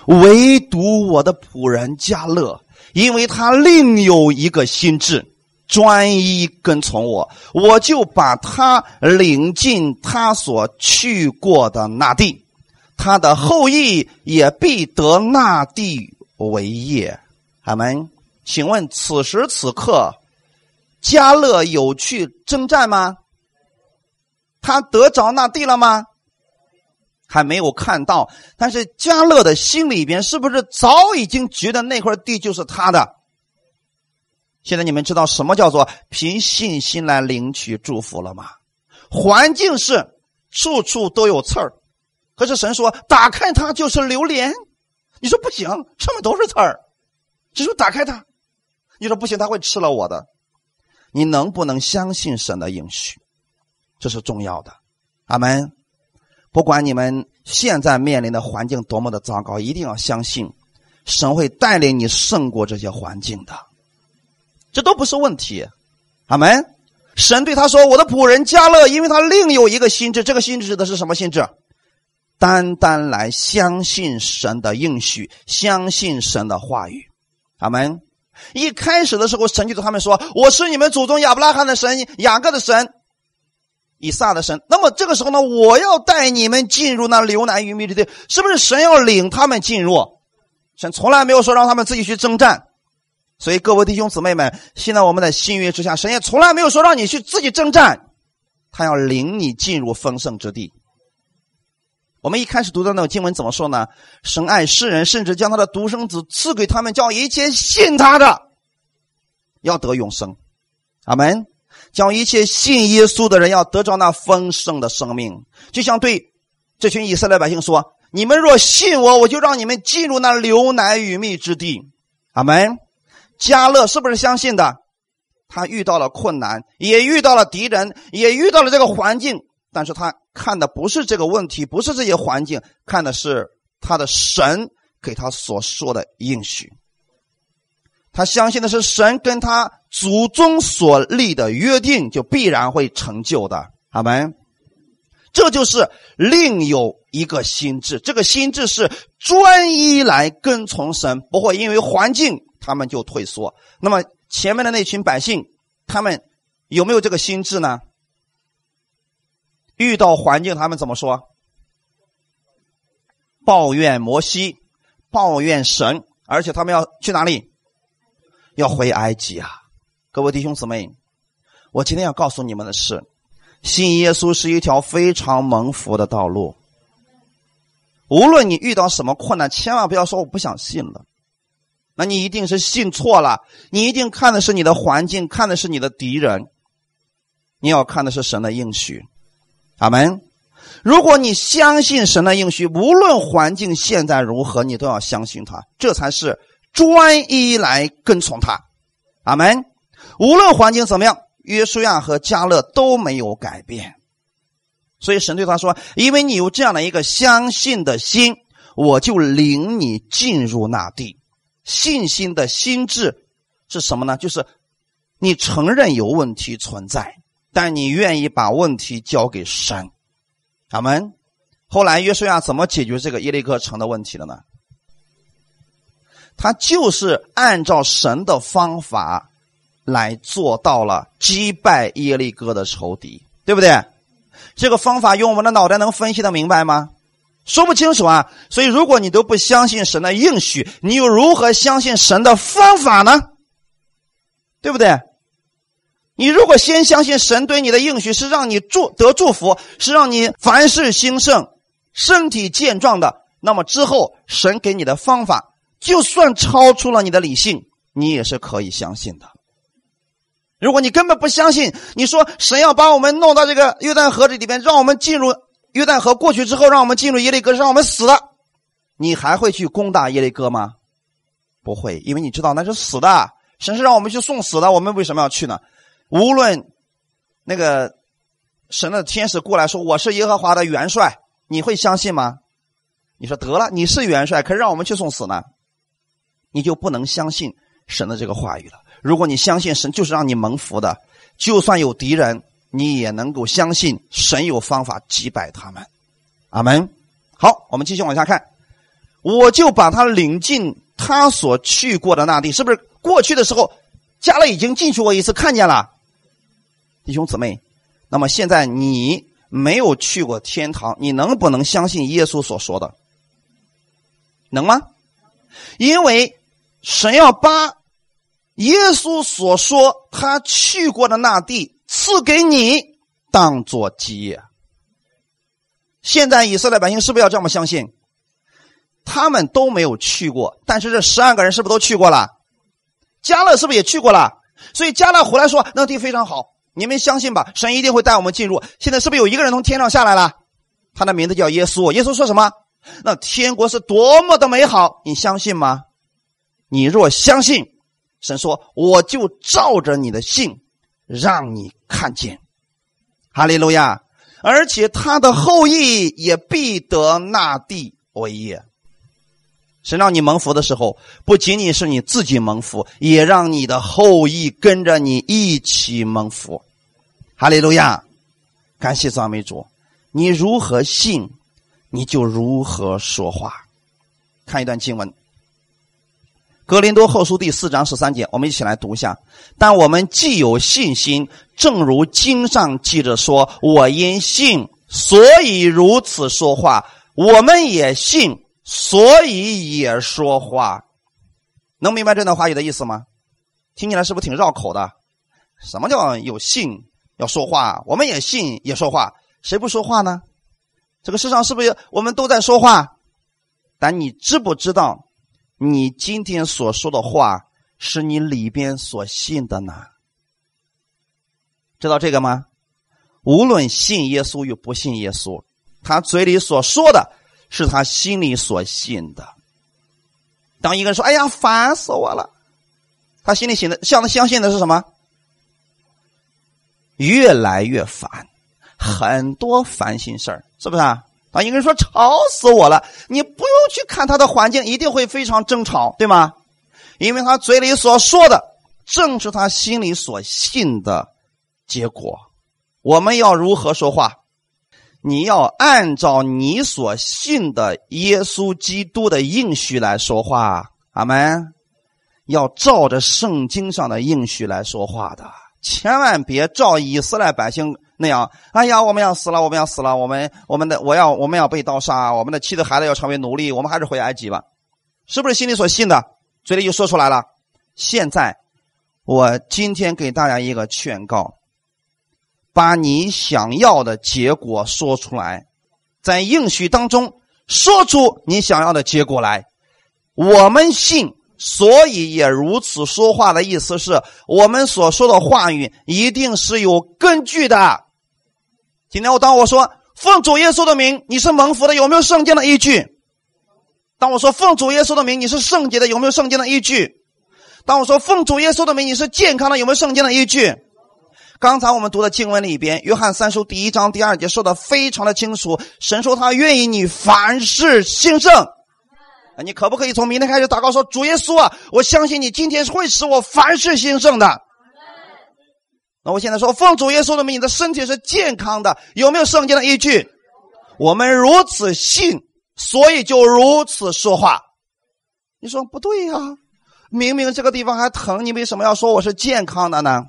唯独我的仆人迦勒，因为他另有一个心志，专一跟从我，我就把他领进他所去过的那地，他的后裔也必得那地为业。阿们。请问此时此刻迦勒有去征战吗？他得着那地了吗？还没有看到，但是迦勒的心里边是不是早已经觉得那块地就是他的？现在你们知道什么叫做凭信心来领取祝福了吗？环境是处处都有刺儿，可是神说打开它就是榴莲。你说不行，上面都是刺儿，只说打开它。你说不行，他会吃了我的。你能不能相信神的应许？这是重要的。阿们。不管你们现在面临的环境多么的糟糕，一定要相信神会带领你胜过这些环境的，这都不是问题。阿们。神对他说，我的仆人迦勒，因为他另有一个心志，这个心志指的是什么心志？单单来相信神的应许，相信神的话语。阿们。一开始的时候，神就对他们说，我是你们祖宗亚伯拉罕的神，雅各的神，以撒的神。那么这个时候呢，我要带你们进入那流奶与蜜之地。是不是神要领他们进入？神从来没有说让他们自己去征战。所以各位弟兄姊妹们，现在我们在新约之下，神也从来没有说让你去自己征战，他要领你进入丰盛之地。我们一开始读的那个经文怎么说呢？神爱世人，甚至将他的独生子赐给他们，叫一切信他的要得永生。阿们。叫一切信耶稣的人要得着那丰盛的生命。就像对这群以色列百姓说，你们若信我，我就让你们进入那流奶与蜜之地。阿们。迦勒是不是相信的？他遇到了困难，也遇到了敌人，也遇到了这个环境，但是他看的不是这个问题，不是这些环境，看的是他的神给他所说的应许。他相信的是神跟他祖宗所立的约定就必然会成就的。阿们。这就是另有一个心志，这个心志是专一来跟从神，不会因为环境他们就退缩。那么前面的那群百姓，他们有没有这个心志呢？遇到环境他们怎么说？抱怨摩西，抱怨神，而且他们要去哪里？要回埃及啊！各位弟兄姊妹，我今天要告诉你们的是，信耶稣是一条非常蒙福的道路。无论你遇到什么困难，千万不要说我不想信了，那你一定是信错了，你一定看的是你的环境，看的是你的敌人，你要看的是神的应许。阿们。如果你相信神的应许，无论环境现在如何，你都要相信他，这才是专一来跟从他。阿们。无论环境怎么样，约书亚和迦勒都没有改变。所以神对他说，因为你有这样的一个相信的心，我就领你进入那地。信心的心志是什么呢？就是你承认有问题存在，但你愿意把问题交给神。阿们。后来约书亚怎么解决这个耶利哥城的问题的呢？他就是按照神的方法来做到了击败耶利哥的仇敌，对不对？这个方法用我们的脑袋能分析得明白吗？说不清楚啊。所以如果你都不相信神的应许，你又如何相信神的方法呢？对不对？你如果先相信神对你的应许是让你祝得祝福，是让你凡事兴盛，身体健壮的，那么之后神给你的方法就算超出了你的理性，你也是可以相信的。如果你根本不相信，你说神要把我们弄到这个约旦河这里边，让我们进入约旦河过去之后，让我们进入耶利哥，让我们死了，你还会去攻打耶利哥吗？不会，因为你知道那是死的，神是让我们去送死的，我们为什么要去呢？无论那个神的天使过来说我是耶和华的元帅，你会相信吗？你说得了，你是元帅，可是让我们去送死呢，你就不能相信神的这个话语了。如果你相信神就是让你蒙福的，就算有敌人，你也能够相信神有方法击败他们。阿们。好，我们继续往下看。 我就把他领进他所去过的那地。是不是过去的时候迦勒已经进去过一次，看见了？弟兄姊妹，那么现在你没有去过天堂，你能不能相信耶稣所说的？能吗？因为神要把耶稣所说他去过的那地赐给你当作基业。现在以色列百姓是不是要这么相信？他们都没有去过，但是这十二个人是不是都去过了？迦勒是不是也去过了？所以迦勒回来说那地非常好，你们相信吧，神一定会带我们进入。现在是不是有一个人从天上下来了？他的名字叫耶稣。耶稣说什么？那天国是多么的美好，你相信吗？你若相信，神说我就照着你的信让你看见。哈利路亚！而且他的后裔也必得那地为业。神让你蒙福的时候，不仅仅是你自己蒙福，也让你的后裔跟着你一起蒙福。哈利路亚！感谢赞美主。你如何信，你就如何说话。看一段经文，哥林多后书第四章十三节，我们一起来读一下。但我们既有信心，正如经上记着说，我因信所以如此说话，我们也信所以也说话。能明白这段话语的意思吗？听起来是不是挺绕口的？什么叫有信要说话？我们也信也说话，谁不说话呢？这个世上是不是我们都在说话？但你知不知道你今天所说的话是你里边所信的呢？知道这个吗？无论信耶稣与不信耶稣，他嘴里所说的是他心里所信的。当一个人说哎呀烦死我了，他心里信的向他相信的是什么？越来越烦，很多烦心事儿，是不是啊？当一个人说吵死我了，你不用去看他的环境，一定会非常争吵，对吗？因为他嘴里所说的正是他心里所信的结果。我们要如何说话？你要按照你所信的耶稣基督的应许来说话。阿们。要照着圣经上的应许来说话的，千万别照以色列百姓那样，哎呀我们要死了，我们要死了，我们我们的我要我们要被刀杀，我们的妻子孩子要成为奴隶，我们还是回埃及吧。是不是心里所信的嘴里就说出来了？现在我今天给大家一个劝告，把你想要的结果说出来，在应许当中说出你想要的结果来。我们信所以也如此说话的意思是，我们所说的话语一定是有根据的。今天我当我说奉主耶稣的名你是蒙福的，有没有圣经的依据？当我说奉主耶稣的名你是圣洁的，有没有圣经的依据？当我说奉主耶稣的名你是健康的，有没有圣经的依据？刚才我们读的经文里边，约翰三书第一章第二节说的非常的清楚，神说他愿意你凡事兴盛。你可不可以从明天开始祷告说，主耶稣啊，我相信你今天会使我凡事兴盛的。那我现在说奉主耶稣的名你的身体是健康的，有没有圣经的依据？我们如此信，所以就如此说话。你说不对呀、啊，明明这个地方还疼，你为什么要说我是健康的呢？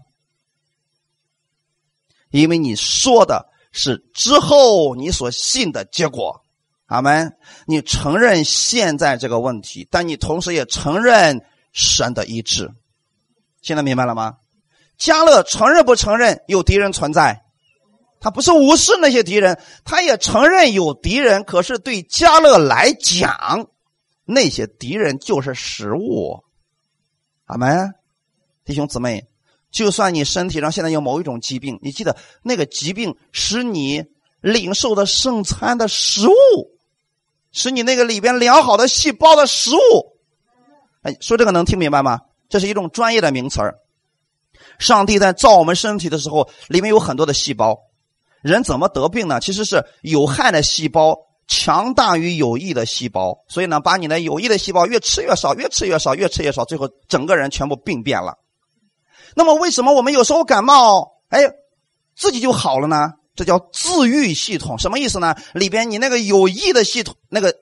因为你说的是之后你所信的结果。阿们。你承认现在这个问题，但你同时也承认神的医治。现在明白了吗？迦勒承认不承认有敌人存在？他不是无视那些敌人，他也承认有敌人，可是对迦勒来讲，那些敌人就是食物。阿们。弟兄姊妹，就算你身体上现在有某一种疾病，你记得那个疾病使你领受的圣餐的食物，使你那个里边良好的细胞的食物。哎，说这个能听明白吗？这是一种专业的名词儿。上帝在造我们身体的时候，里面有很多的细胞。人怎么得病呢？其实是有害的细胞强大于有益的细胞，所以呢，把你的有益的细胞越吃越少，越吃越少，越吃越少，最后整个人全部病变了。那么为什么我们有时候感冒，哎，自己就好了呢？这叫自愈系统。什么意思呢？里边你那个有益的系统，那个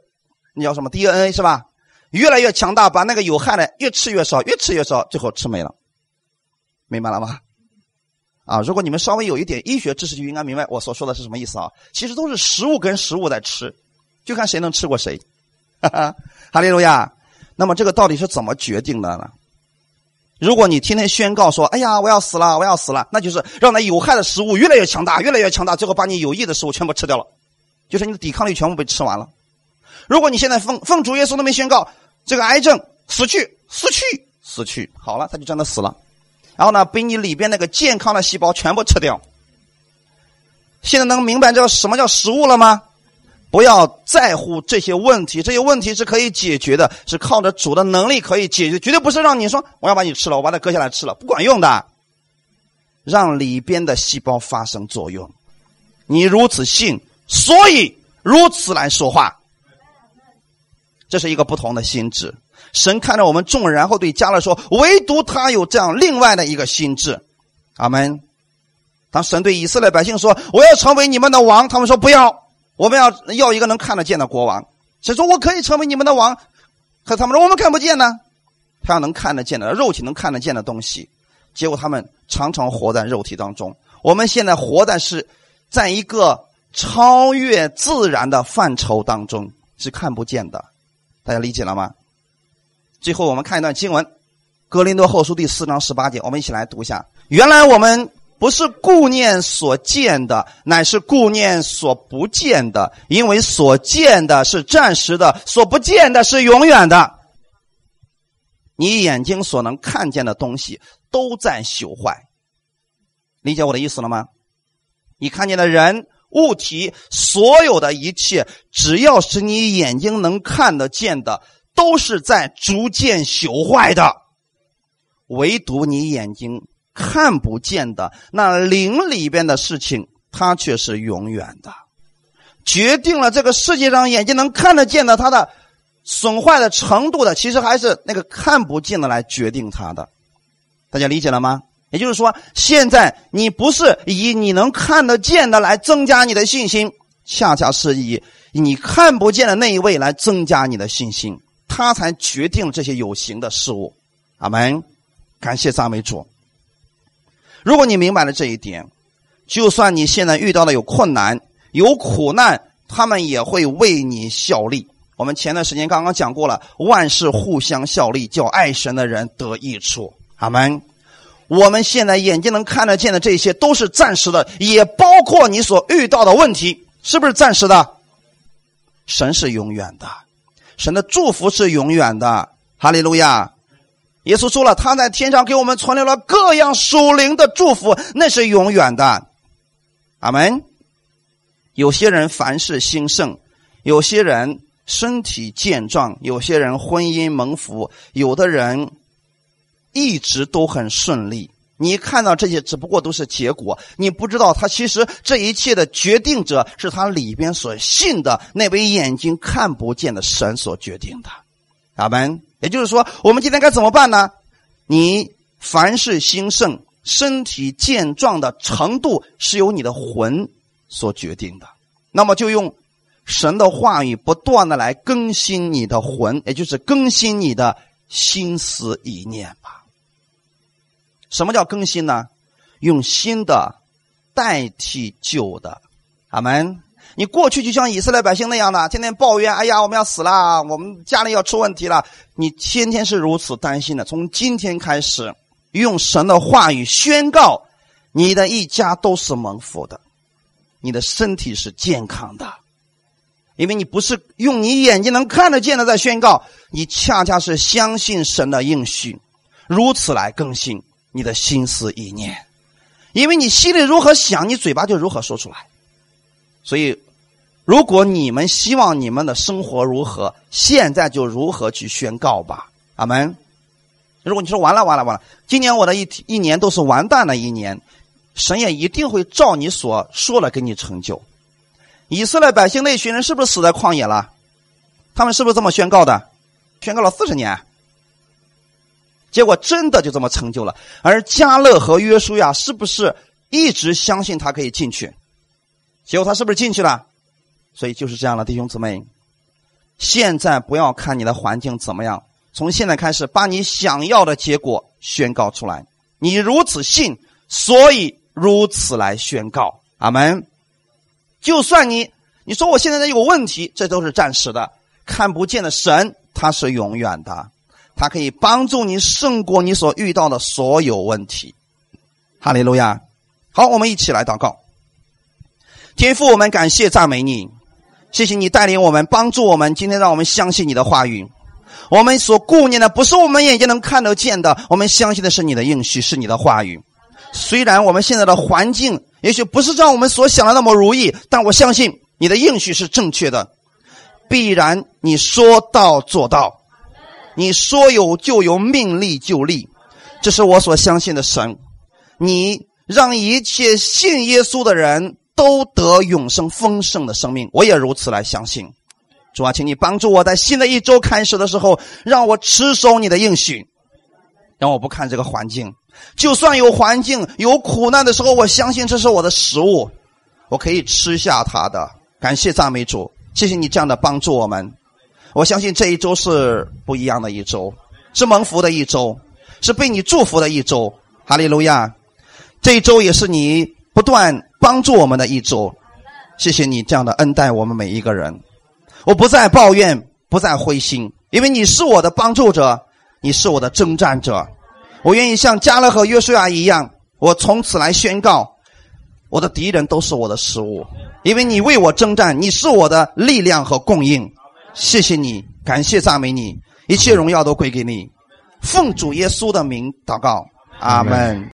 那叫什么 D N A 是吧？越来越强大，把那个有害的越吃越少，越吃越少，最后吃没了。明白了吗？啊，如果你们稍微有一点医学知识，就应该明白我所说的是什么意思啊。其实都是食物跟食物在吃，就看谁能吃过谁。哈哈，哈利路亚。那么这个到底是怎么决定的呢？如果你天天宣告说，哎呀，我要死了，我要死了，那就是让那有害的食物越来越强大，越来越强大，最后把你有益的食物全部吃掉了，就是你的抵抗力全部被吃完了。如果你现在奉奉主耶稣那边宣告，这个癌症死去，死去，死去，好了，他就真的死了。然后呢，被你里边那个健康的细胞全部吃掉。现在能明白这什么叫食物了吗？不要在乎这些问题，这些问题是可以解决的，是靠着主的能力可以解决，绝对不是让你说我要把你吃了，我把它割下来吃了，不管用的。让里边的细胞发生作用，你如此信，所以如此来说话。这是一个不同的心智。神看着我们众人，然后对迦勒说，唯独他有这样另外的一个心智。阿们。当神对以色列百姓说，我要成为你们的王，他们说不要，我们要要一个能看得见的国王。神说我可以成为你们的王，可他们说我们看不见呢。他要能看得见的，肉体能看得见的东西。结果他们常常活在肉体当中。我们现在活在是在一个超越自然的范畴当中，是看不见的。大家理解了吗？最后我们看一段经文，哥林多后书第四章十八节，我们一起来读一下。原来我们不是顾念所见的，乃是顾念所不见的，因为所见的是暂时的，所不见的是永远的。你眼睛所能看见的东西都在朽坏。理解我的意思了吗？你看见的人、物体，所有的一切，只要是你眼睛能看得见的，都是在逐渐朽坏的。唯独你眼睛看不见的，那灵里边的事情，它却是永远的。决定了这个世界上眼睛能看得见的，它的损坏的程度的，其实还是那个看不见的来决定它的。大家理解了吗？也就是说，现在你不是以你能看得见的来增加你的信心，恰恰是以你看不见的那一位来增加你的信心，他才决定了这些有形的事物。阿们，感谢赞美主。如果你明白了这一点，就算你现在遇到的有困难、有苦难，他们也会为你效力。我们前段时间刚刚讲过了，万事互相效力，叫爱神的人得益处。阿们。我们现在眼睛能看得见的这些都是暂时的，也包括你所遇到的问题，是不是暂时的？神是永远的，神的祝福是永远的。哈利路亚！耶稣说了，他在天上给我们存留了各样属灵的祝福，那是永远的。阿们。有些人凡事兴盛，有些人身体健壮，有些人婚姻蒙福，有的人一直都很顺利。你看到这些只不过都是结果，你不知道他其实这一切的决定者是他里边所信的那位眼睛看不见的神所决定的。阿们。也就是说，我们今天该怎么办呢？你凡事兴盛，身体健壮的程度是由你的魂所决定的。那么就用神的话语不断的来更新你的魂，也就是更新你的心思意念吧。什么叫更新呢？用新的代替旧的。阿们。你过去就像以色列百姓那样的，天天抱怨，哎呀，我们要死了，我们家里要出问题了，你天天是如此担心的。从今天开始，用神的话语宣告，你的一家都是蒙福的，你的身体是健康的。因为你不是用你眼睛能看得见的在宣告，你恰恰是相信神的应许，如此来更新你的心思意念。因为你心里如何想，你嘴巴就如何说出来。所以如果你们希望你们的生活如何，现在就如何去宣告吧。阿们。如果你说完了完了完了，今年我的一一年都是完蛋的一年，神也一定会照你所说的给你成就。以色列百姓那群人是不是死在旷野了？他们是不是这么宣告的？宣告了四十年，结果真的就这么成就了。而迦勒和约书亚是不是一直相信他可以进去？结果他是不是进去了？所以就是这样的，弟兄姊妹， 现在不要看你的环境怎么样，从现在开始把你想要的结果宣告出来。你如此信，所以如此来宣告。阿们。就算你你说我现在有问题，这都是暂时的，看不见的神他是永远的，他可以帮助你胜过你所遇到的所有问题。哈利路亚。好，我们一起来祷告。天父，我们感谢赞美你，谢谢你带领我们，帮助我们，今天让我们相信你的话语。我们所顾念的不是我们眼睛能看得见的，我们相信的是你的应许，是你的话语。虽然我们现在的环境也许不是照我们所想的那么如意，但我相信你的应许是正确的，必然你说到做到，你说有就有，命立就立，这是我所相信的神。你让一切信耶稣的人都得永生丰盛的生命，我也如此来相信。主啊，请你帮助我在新的一周开始的时候，让我持守你的应许，让我不看这个环境，就算有环境有苦难的时候，我相信这是我的食物，我可以吃下它的。感谢赞美主，谢谢你这样的帮助我们。我相信这一周是不一样的一周，是蒙福的一周，是被你祝福的一周。哈利路亚。这一周也是你不断帮助我们的一周，谢谢你这样的恩待我们每一个人。我不再抱怨，不再灰心，因为你是我的帮助者，你是我的征战者。我愿意像迦勒和约书亚一样，我从此来宣告，我的敌人都是我的食物，因为你为我征战，你是我的力量和供应。谢谢你，感谢赞美你，一切荣耀都归给你。奉主耶稣的名祷告，阿们。